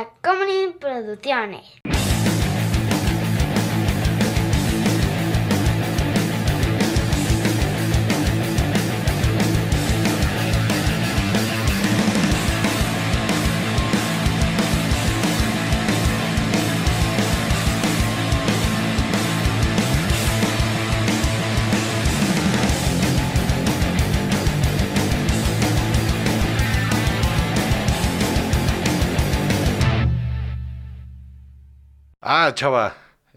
Tacomunin Producciones. Chava,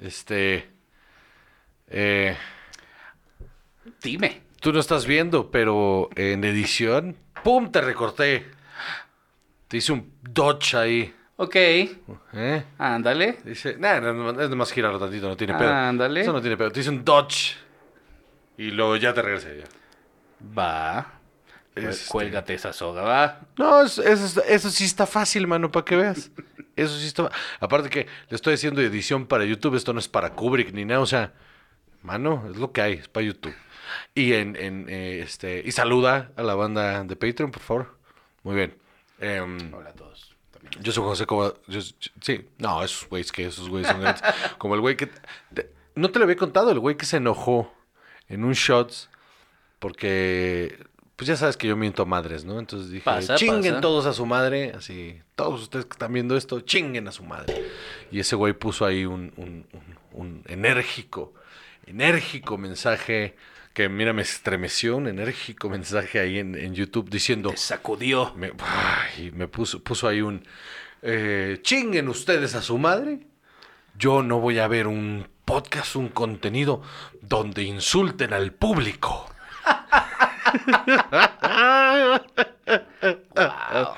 Dime. tú no estás viendo, pero en edición, ¡pum!, te recorté. Te hice un dodge ahí. Ok. ¿Eh? Ándale. Dice, no, es nomás girarlo tantito, no tiene pedo. Ándale. Eso no tiene pedo. Te hice un dodge. Y luego ya te regresé ya. Va. Cuélgate esa soga, va. No, eso sí está fácil, mano, para que veas. Eso sí está. Aparte que le estoy haciendo edición para YouTube, esto no es para Kubrick ni nada, o sea, mano, es lo que hay, es para YouTube. Y y saluda a la banda de Patreon, por favor. Muy bien. Hola a todos. También. Yo soy José Coba. Sí, no, esos güeyes son grandes. Como el güey que. No te lo había contado, el güey que se enojó en un Shots porque. Pues ya sabes que yo miento a madres, ¿no? Entonces dije, chinguen todos a su madre, así, todos ustedes que están viendo esto, chinguen a su madre. Y ese güey puso ahí un enérgico mensaje, que mira, me estremeció, un enérgico mensaje ahí en YouTube diciendo... Te sacudió. Me puso ahí chinguen ustedes a su madre, yo no voy a ver un podcast, un contenido donde insulten al público. Wow.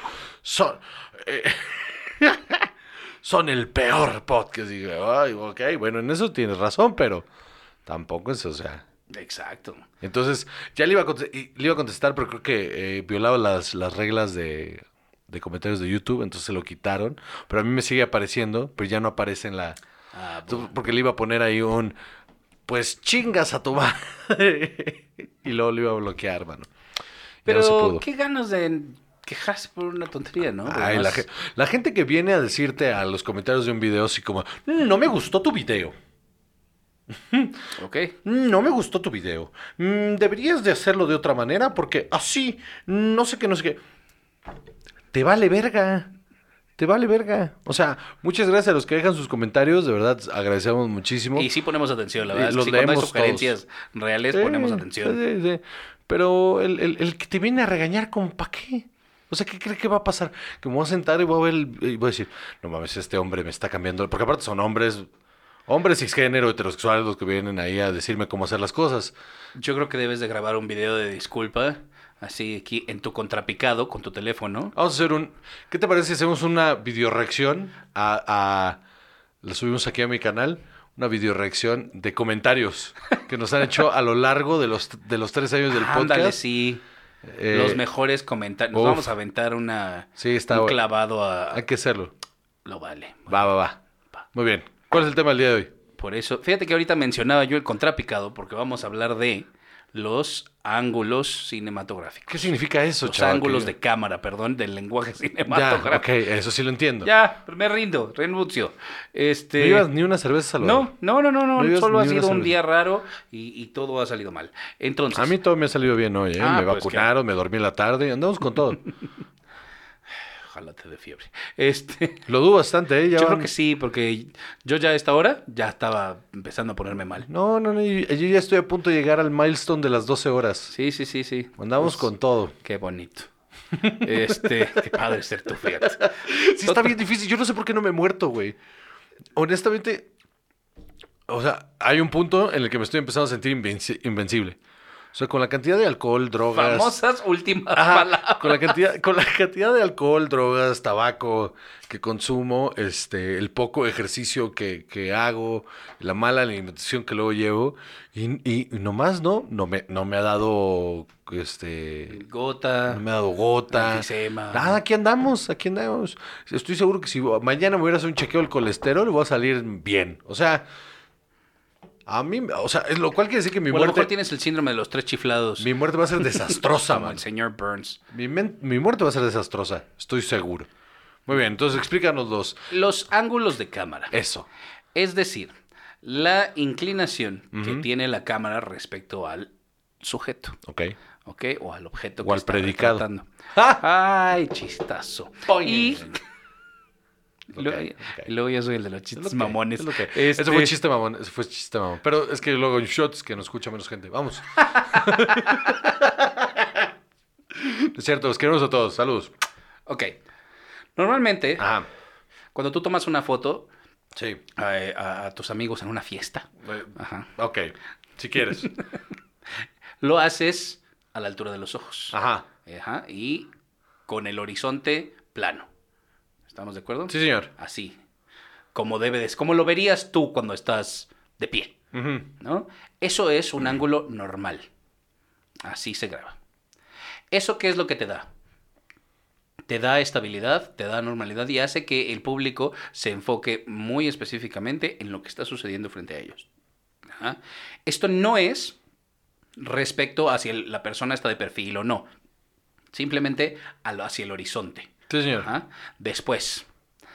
Son el peor podcast. Y digo, ok, bueno, en eso tienes razón, pero tampoco es, o sea. Exacto. Entonces, ya le iba a contestar, pero creo que violaba las reglas de comentarios de YouTube, entonces se lo quitaron. Pero a mí me sigue apareciendo, pero ya no aparece en la... Bueno. Porque le iba a poner ahí pues chingas a tu madre. Y luego lo iba a bloquear, mano. Pero no se pudo. qué ganas de quejarse por una tontería, ¿no? Ay, la gente que viene a decirte a los comentarios de un video así como, no me gustó tu video. Ok. No me gustó tu video. Deberías de hacerlo de otra manera porque así, no sé qué. Te vale verga. Te vale verga. O sea, muchas gracias a los que dejan sus comentarios. De verdad, agradecemos muchísimo. Y sí ponemos atención, la verdad. Los cuando hay leemos sugerencias reales, ponemos atención. Sí. Pero el que te viene a regañar, ¿como para qué? O sea, ¿qué cree que va a pasar? Que me voy a sentar y voy a ver y voy a decir, no mames, este hombre me está cambiando. Porque aparte son hombres cisgénero, heterosexuales los que vienen ahí a decirme cómo hacer las cosas. Yo creo que debes de grabar un video de disculpa, así aquí en tu contrapicado, con tu teléfono. Vamos a hacer ¿qué te parece si hacemos una videoreacción la subimos aquí a mi canal? Una videoreacción de comentarios que nos han hecho a lo largo de los 3 años del podcast. Ándale, sí. Los mejores comentarios. Nos vamos a aventar un clavado a... Hay que hacerlo. Lo vale. Va. Muy bien. ¿Cuál es el tema del día de hoy? Por eso, fíjate que ahorita mencionaba yo el contrapicado porque vamos a hablar de los ángulos cinematográficos. ¿Qué significa eso, Los chaval? ángulos de cámara, perdón, del lenguaje cinematográfico. Ya, ok, eso sí lo entiendo. Ya, me renuncio. ¿No llevas ni una cerveza, Salvador? No. Solo ha sido un día raro y todo ha salido mal. Entonces... A mí todo me ha salido bien hoy, ¿eh? Me pues vacunaron, me dormí en la tarde, andamos con todo. Ojalá te dé fiebre. Lo dudo bastante, ¿eh? Yo creo que sí, porque yo ya a esta hora ya estaba empezando a ponerme mal. No, yo ya estoy a punto de llegar al milestone de las 12 horas. Sí. Andamos con todo. Qué bonito. Qué padre ser tu, fíjate. Sí, está bien difícil. Yo no sé por qué no me he muerto, güey. Honestamente, o sea, hay un punto en el que me estoy empezando a sentir invencible. O sea, con la cantidad de alcohol, drogas... Famosas últimas palabras. Con la cantidad de alcohol, drogas, tabaco que consumo, el poco ejercicio que hago, la mala alimentación que luego llevo, y nomás no me ha dado... Gota. No me ha dado gota. Enfisema. Nada, aquí andamos. Estoy seguro que si mañana me voy a hacer un chequeo del colesterol, voy a salir bien. O sea... A mí, o sea, lo cual quiere decir que mi muerte... A lo mejor tienes el síndrome de los 3 chiflados. Mi muerte va a ser desastrosa, Como man. el señor Burns. Mi muerte va a ser desastrosa, estoy seguro. Muy bien, entonces explícanos Los ángulos de cámara. eso. Es decir, la inclinación que Ujú. tiene la cámara respecto al sujeto, Ok. ¿ok? O al objeto O que al está predicado. retratando. ¡Ah! Ay, chistazo. Poing. Y Ok, ok. luego ya soy el de los Es chistes lo que- mamones. es lo que- Este- Ese fue chiste mamón, ese fue chiste mamón. Pero es que luego en shots que nos escucha menos gente. Vamos. Es cierto, los queremos a todos. Saludos. Ok. Normalmente, Ajá. cuando tú tomas una foto Sí. a tus amigos en una fiesta, Ajá. Ok. Si quieres. lo haces a la altura de los ojos. Ajá. Ajá, y con el horizonte plano. ¿Estamos de acuerdo? Sí, señor. Así. Como como lo verías tú cuando estás de pie, Ujú. ¿no? Eso es un ángulo normal. Así se graba. ¿Eso qué es lo que te da? Te da estabilidad, te da normalidad y hace que el público se enfoque muy específicamente en lo que está sucediendo frente a ellos. Ajá. Esto no es respecto a si la persona está de perfil o no. Simplemente hacia el horizonte. Sí, señor. Ajá. Después,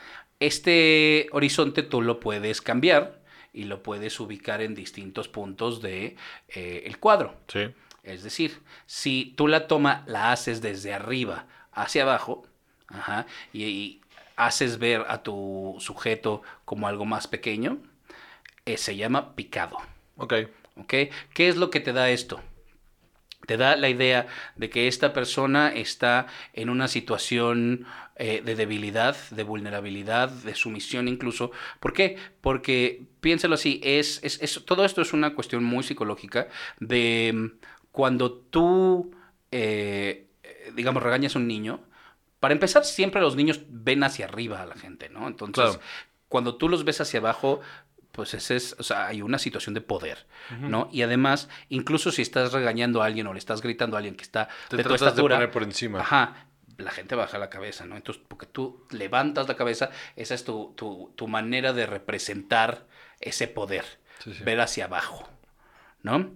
este horizonte tú lo puedes cambiar y lo puedes ubicar en distintos puntos de el cuadro. Sí. Es decir, si tú la toma la haces desde arriba hacia abajo, ajá, y haces ver a tu sujeto como algo más pequeño, se llama picado. Ok. ¿Ok? ¿Qué es lo que te da esto? Te da la idea de que esta persona está en una situación de debilidad, de vulnerabilidad, de sumisión incluso. ¿Por qué? Porque, piénsalo así, todo esto es una cuestión muy psicológica de cuando tú, digamos, regañas a un niño. Para empezar, siempre los niños ven hacia arriba a la gente, ¿no? Entonces, Claro. cuando tú los ves hacia abajo, pues o sea, hay una situación de poder, ¿no? Y además, incluso si estás regañando a alguien o le estás gritando a alguien que está Te de tu tratas de estatura, poner por encima. ajá, la gente baja la cabeza, ¿no? Entonces, porque tú levantas la cabeza, esa es tu manera de representar ese poder, Sí, sí. ver hacia abajo, ¿no?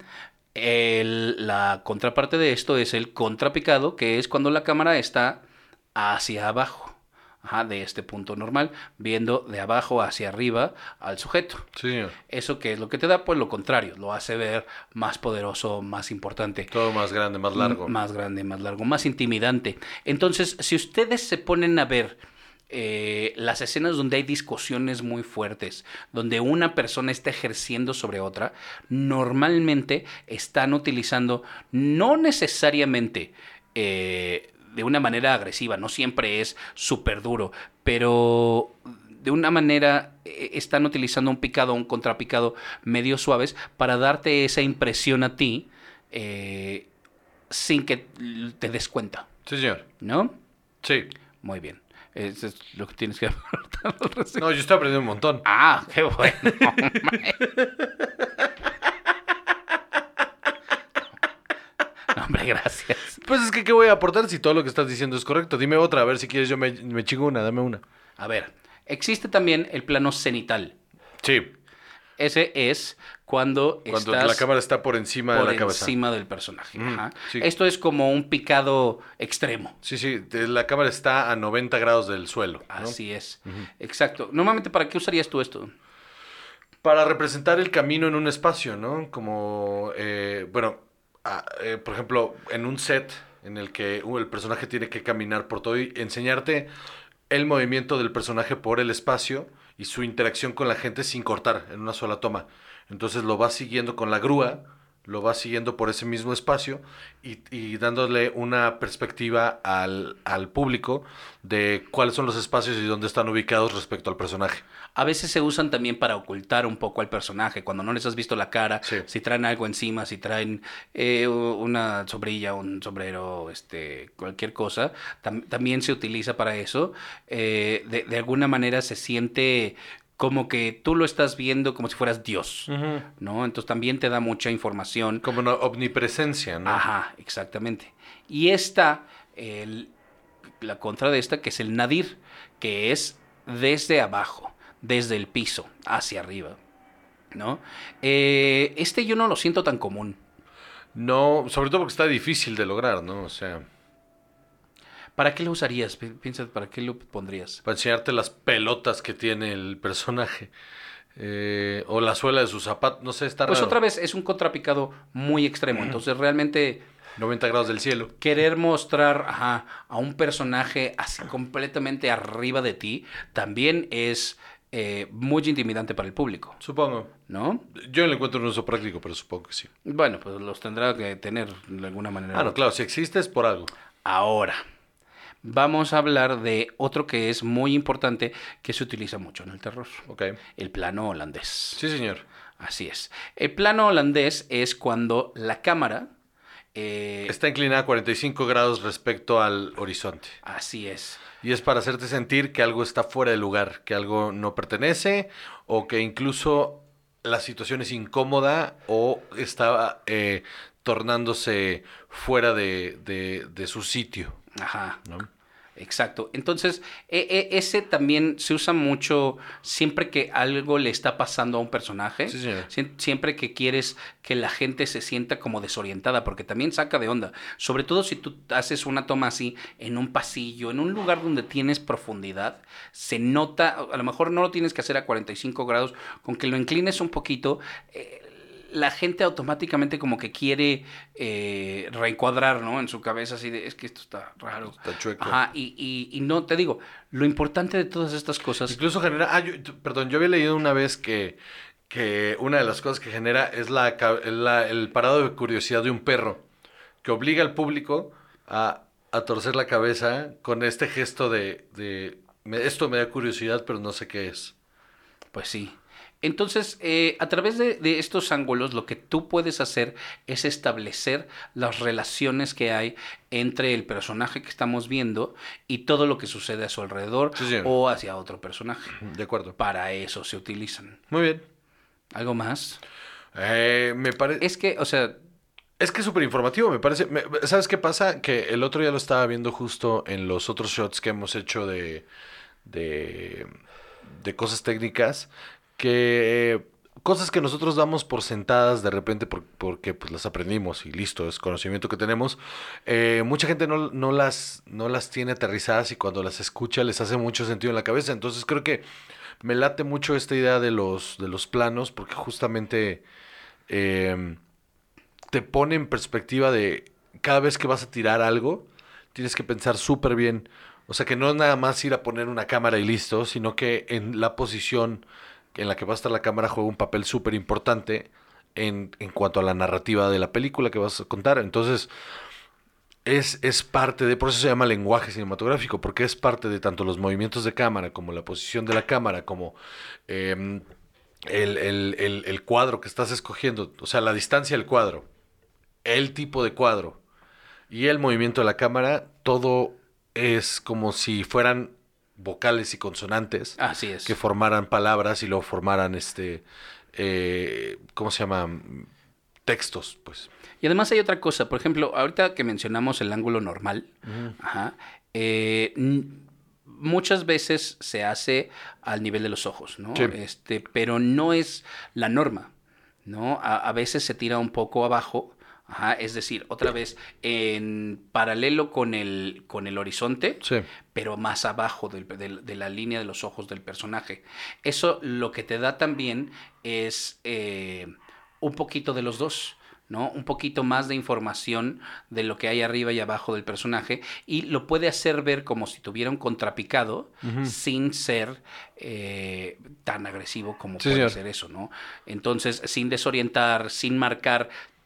La contraparte de esto es el contrapicado, que es cuando la cámara está hacia abajo. Ajá, de este punto normal, viendo de abajo hacia arriba al sujeto. Sí, señor. ¿Eso qué es lo que te da? Pues lo contrario, lo hace ver más poderoso, más importante. Todo más grande, más largo. Más grande, más largo, más intimidante. Entonces, si ustedes se ponen a ver las escenas donde hay discusiones muy fuertes, donde una persona está ejerciendo sobre otra, normalmente están utilizando, no necesariamente de una manera agresiva, no siempre es súper duro, pero de una manera están utilizando un picado o un contrapicado medio suaves para darte esa impresión a ti sin que te des cuenta, Sí, señor. ¿no? Sí. Muy bien. Eso es lo que tienes que aportar al respecto. No, yo estoy aprendiendo un montón. Ah, qué bueno. Hombre. No, hombre, gracias. Pues es que, ¿qué voy a aportar si todo lo que estás diciendo es correcto? Dime otra, a ver si quieres yo me chingo una, dame una. A ver, existe también el plano cenital. Sí, Ese es cuando estás la cámara está por encima de por la cabeza. encima del personaje. Mm, Ajá. sí. Esto es como un picado extremo. Sí, sí, la cámara está a 90 grados del suelo, ¿no? Así es. Exacto. Normalmente, ¿para qué usarías tú esto? Para representar el camino en un espacio, ¿no? Como, por ejemplo, en un set en el que el personaje tiene que caminar por todo y enseñarte el movimiento del personaje por el espacio y su interacción con la gente sin cortar en una sola toma. Entonces lo vas siguiendo con la grúa, lo vas siguiendo por ese mismo espacio y dándole una perspectiva al público de cuáles son los espacios y dónde están ubicados respecto al personaje. A veces se usan también para ocultar un poco al personaje, cuando no les has visto la cara, Sí. si traen algo encima, si traen una sombrilla, un sombrero, cualquier cosa, también se utiliza para eso. De alguna manera se siente como que tú lo estás viendo como si fueras Dios, ¿no? Entonces también te da mucha información. Como una omnipresencia, ¿no? Ajá, exactamente. Y está la contra de esta, que es el nadir, que es desde abajo, desde el piso hacia arriba, ¿no? Yo no lo siento tan común. No, sobre todo porque está difícil de lograr, ¿no? O sea, ¿Para qué lo usarías? Piensa, ¿para qué lo pondrías? Para enseñarte las pelotas que tiene el personaje. O la suela de sus zapatos. No sé, está Pues raro. otra vez es un contrapicado muy extremo. Entonces realmente 90 grados del cielo. querer mostrar a un personaje así completamente arriba de ti también es muy intimidante para el público, Supongo. ¿no? Yo no le encuentro un uso práctico, pero supongo que sí. Bueno, pues los tendrá que tener de alguna manera. Ah, no, claro, si existe es por algo. Ahora, vamos a hablar de otro que es muy importante que se utiliza mucho en el terror. Ok. El plano holandés. Sí, señor. Así es. El plano holandés es cuando la cámara... Está inclinada a 45 grados respecto al horizonte. Así es. Y es para hacerte sentir que algo está fuera de lugar, que algo no pertenece, o que incluso la situación es incómoda o está tornándose fuera de su sitio, Ajá. ¿no? Exacto. Entonces, ese también se usa mucho siempre que algo le está pasando a un personaje. Sí, señor. Siempre que quieres que la gente se sienta como desorientada, porque también saca de onda. Sobre todo si tú haces una toma así en un pasillo, en un lugar donde tienes profundidad, se nota, a lo mejor no lo tienes que hacer a 45 grados, con que lo inclines un poquito. La gente automáticamente como que quiere reencuadrar, ¿no? En su cabeza así de, es que esto está raro. Está chueco. Ajá, y no, te digo, lo importante de todas estas cosas... Incluso genera... perdón, yo había leído una vez que una de las cosas que genera es el parado de curiosidad de un perro, que obliga al público a torcer la cabeza con este gesto esto me da curiosidad, pero no sé qué es. Pues sí. Entonces, a través de estos ángulos, lo que tú puedes hacer es establecer las relaciones que hay entre el personaje que estamos viendo y todo lo que sucede a su alrededor Sí, señor. o hacia otro personaje. De acuerdo. Para eso se utilizan. Muy bien. ¿Algo más? Me parece... Es que, o sea, Es que es súper informativo, me parece. ¿Sabes qué pasa? Que el otro día lo estaba viendo justo en los otros shots que hemos hecho de cosas técnicas, que cosas que nosotros damos por sentadas de repente porque pues las aprendimos y listo, es conocimiento que tenemos. Mucha gente no las tiene aterrizadas y cuando las escucha les hace mucho sentido en la cabeza. Entonces creo que me late mucho esta idea de los planos porque justamente... te pone en perspectiva de cada vez que vas a tirar algo, tienes que pensar súper bien. O sea, que no es nada más ir a poner una cámara y listo, sino que en la posición en la que va a estar la cámara juega un papel súper importante en cuanto a la narrativa de la película que vas a contar. Entonces, es parte por eso se llama lenguaje cinematográfico, porque es parte de tanto los movimientos de cámara, como la posición de la cámara, como... el cuadro que estás escogiendo, o sea, la distancia del cuadro, el tipo de cuadro y el movimiento de la cámara, todo es como si fueran vocales y consonantes así es. que formaran palabras y luego formaran ¿cómo se llama? Textos, pues. Y además hay otra cosa, por ejemplo, ahorita que mencionamos el ángulo normal, ajá, muchas veces se hace al nivel de los ojos, ¿no? Sí. Pero no es la norma, ¿no? A veces se tira un poco abajo, ajá, es decir, otra vez en paralelo con el horizonte, Sí. pero más abajo de la línea de los ojos del personaje. Eso lo que te da también es un poquito de los dos, ¿no? Un poquito más de información de lo que hay arriba y abajo del personaje y lo puede hacer ver como si tuviera un contrapicado sin ser tan agresivo como Sí, puede señor. ser eso, ¿no? Entonces, sin desorientar, sin marcar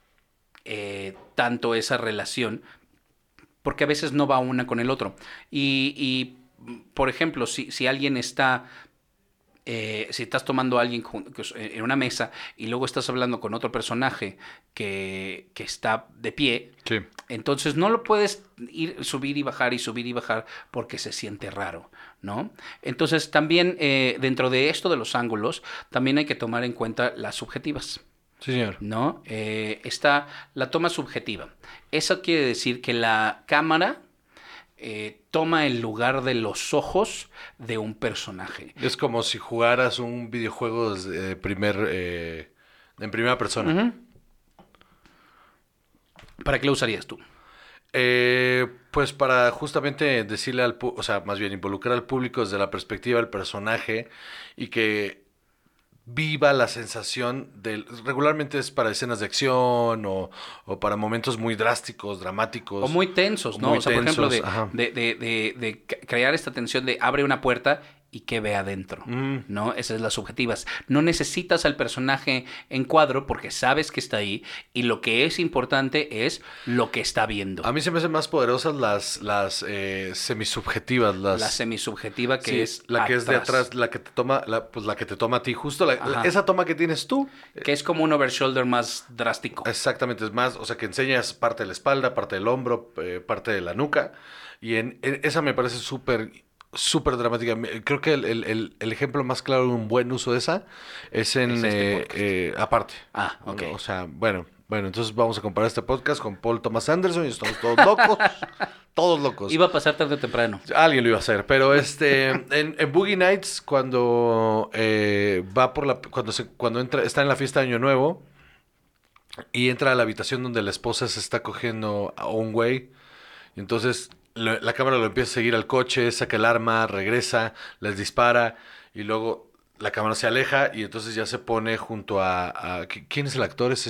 tanto esa relación, porque a veces no va una con el otro. Y por ejemplo, si alguien está... si estás tomando a alguien en una mesa y luego estás hablando con otro personaje que está de pie, Sí. entonces no lo puedes subir y bajar porque se siente raro, ¿no? Entonces también dentro de esto de los ángulos, también hay que tomar en cuenta las subjetivas. Sí, señor. ¿No? Está la toma subjetiva. Eso quiere decir que la cámara toma el lugar de los ojos de un personaje. Es como si jugaras un videojuego en primera persona. ¿Para qué lo usarías tú? Pues para justamente decirle o sea, más bien involucrar al público desde la perspectiva del personaje y que viva la sensación del... Regularmente es para escenas de acción o para momentos muy drásticos, dramáticos. O muy tensos, o ¿no? muy O sea, por ejemplo, tensos, ajá. de crear esta tensión de abre una puerta y qué ve adentro, Mm. ¿no? Esas son las subjetivas. No necesitas al personaje en cuadro porque sabes que está ahí y lo que es importante es lo que está viendo. A mí se me hacen más poderosas las semisubjetivas, La semisubjetiva que sí, es la que es de atrás, la que te toma, pues la que te toma a ti, justo Ajá. esa toma que tienes tú. Que es como un overshoulder más drástico. Exactamente, es más, o sea, que enseñas parte de la espalda, parte del hombro, parte de la nuca, y esa me parece súper dramática. Creo que el ejemplo más claro de un buen uso de esa es en Es este aparte. Ah, ok. O sea, bueno, entonces vamos a comparar este podcast con Paul Thomas Anderson y estamos todos locos, todos locos. Iba a pasar tarde o temprano. Alguien lo iba a hacer, pero en Boogie Nights, cuando va por cuando entra, está en la fiesta de Año Nuevo y entra a la habitación donde la esposa se está cogiendo a un güey, y entonces la cámara lo empieza a seguir al coche, saca el arma, regresa, les dispara y luego la cámara se aleja y entonces ya se pone junto ¿quién es el actor? Es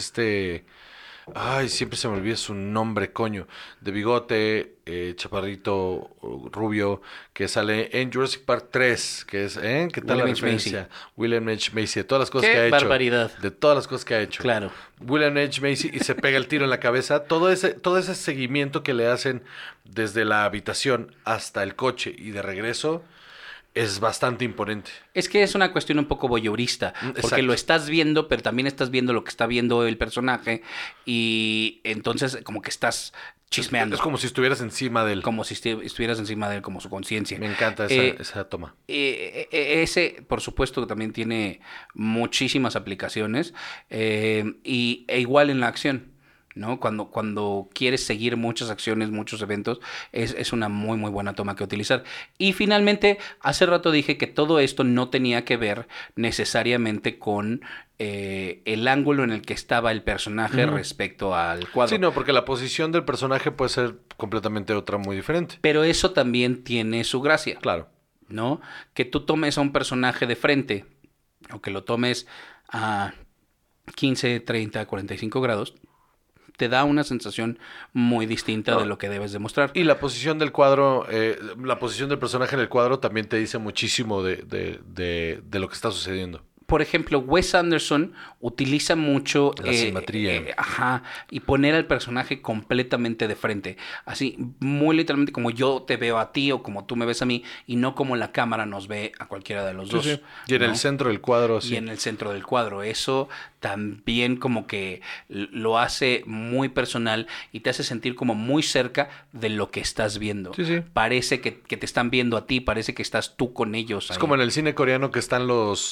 Ay, siempre se me olvida su nombre, coño. De bigote, chaparrito, rubio, que sale en Jurassic Park 3, que es, ¿qué tal la William H. referencia? William H. Macy, de todas las cosas ¡Qué que ha hecho. barbaridad! De todas las cosas que ha hecho. Claro. William H. Macy y se pega el tiro en la cabeza. Todo ese seguimiento que le hacen desde la habitación hasta el coche y de regreso es bastante imponente. Es que es una cuestión un poco voyeurista, porque Exacto. lo estás viendo, pero también estás viendo lo que está viendo el personaje y entonces como que estás chismeando. Es como si estuvieras encima de él. Como si estuvieras encima de él, como su conciencia. Me encanta esa toma. Ese, por supuesto, que también tiene muchísimas aplicaciones e igual en la acción. ¿No? Cuando quieres seguir muchas acciones, muchos eventos, es una muy, muy buena toma que utilizar. Y finalmente, hace rato dije que todo esto no tenía que ver necesariamente con el ángulo en el que estaba el personaje respecto al cuadro. Sí, no, porque la posición del personaje puede ser completamente otra muy diferente. Pero eso también tiene su gracia. Claro. ¿No? Que tú tomes a un personaje de frente o que lo tomes a 15, 30, 45 grados, te da una sensación muy distinta de lo que debes demostrar. Y la posición del cuadro, la posición del personaje en el cuadro también te dice muchísimo de lo que está sucediendo. Por ejemplo, Wes Anderson utiliza mucho la simetría. Y poner al personaje completamente de frente. Así, muy literalmente como yo te veo a ti o como tú me ves a mí y no como la cámara nos ve a cualquiera de los dos. Sí. Y en el centro del cuadro, sí. Y en el centro del cuadro. Eso también como que lo hace muy personal y te hace sentir como muy cerca de lo que estás viendo. Sí. Parece que te están viendo a ti, parece que estás tú con ellos. Es como en el cine coreano que están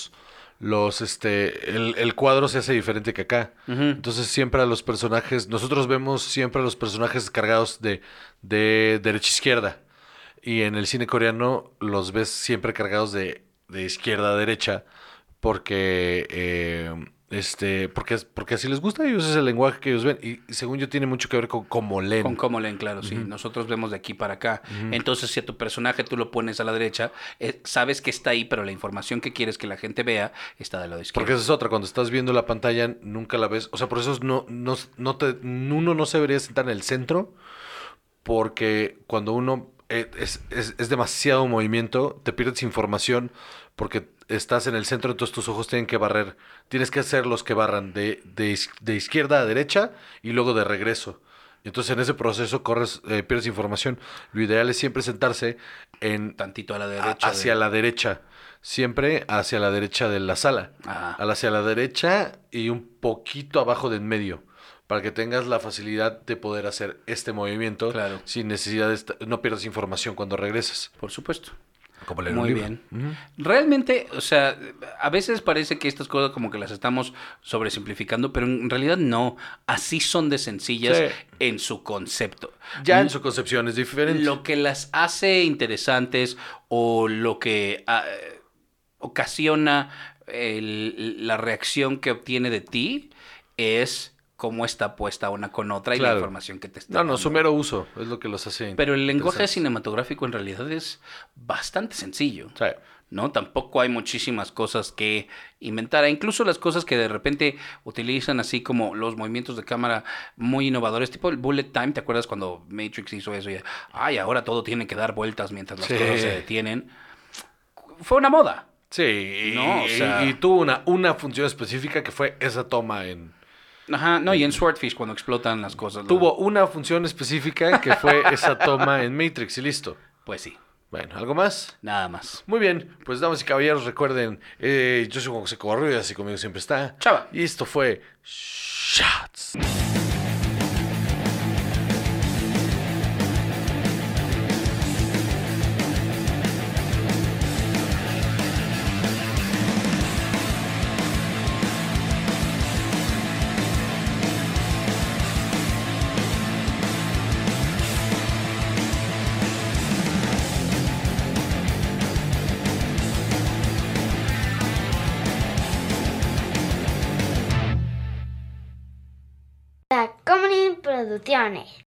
el cuadro se hace diferente que acá. Entonces siempre a los personajes, nosotros vemos siempre a los personajes cargados de derecha a izquierda. Y en el cine coreano los ves siempre cargados de izquierda a derecha porque porque así les gusta a ellos, es el lenguaje que ellos ven. Y según yo tiene mucho que ver con cómo leen. Con cómo leen, claro, sí. Nosotros vemos de aquí para acá. Entonces, si a tu personaje tú lo pones a la derecha, sabes que está ahí, pero la información que quieres que la gente vea está del lado izquierdo. Porque esa es otra, cuando estás viendo la pantalla nunca la ves. O sea, por eso uno no se debería sentar en el centro, porque cuando uno es demasiado movimiento, te pierdes información porque estás en el centro, entonces tus ojos tienen que barrer. Tienes que ser los que barran de izquierda a derecha y luego de regreso. Entonces en ese proceso pierdes información. Lo ideal es siempre sentarse tantito a la derecha. Hacia la derecha. Siempre hacia la derecha de la sala. Hacia la derecha y un poquito abajo del medio. Para que tengas la facilidad de poder hacer este movimiento sin necesidad no pierdas información cuando regreses. Por supuesto. Como leer Muy un libro. bien. Realmente, o sea, a veces parece que estas cosas como que las estamos sobresimplificando, pero en realidad no. Así son de sencillas en su concepto. Ya en su concepción es diferente. Lo que las hace interesantes o lo que ocasiona la reacción que obtiene de ti es cómo está puesta una con otra y la Claro. información que te está No, dando. su mero uso es lo que los hace. Pero el lenguaje interesantes. cinematográfico en realidad es bastante sencillo. Sí. ¿No? Tampoco hay muchísimas cosas que inventar. Incluso las cosas que de repente utilizan así como los movimientos de cámara muy innovadores, tipo el bullet time. ¿Te acuerdas cuando Matrix hizo eso? Y, ay, ahora todo tiene que dar vueltas mientras las Sí. cosas se detienen. Fue una moda. Sí, No, o sea- y tuvo una función específica que fue esa toma en... Ajá, no, y en Swordfish cuando explotan las cosas. Tuvo una función específica que fue esa toma en Matrix y listo. Pues sí, Bueno, ¿algo más? nada más. Muy bien, pues damas y caballeros, recuerden, yo soy Juan José Covarrubias y conmigo siempre está... Chava. Y esto fue Shots. Tacomunin Producciones.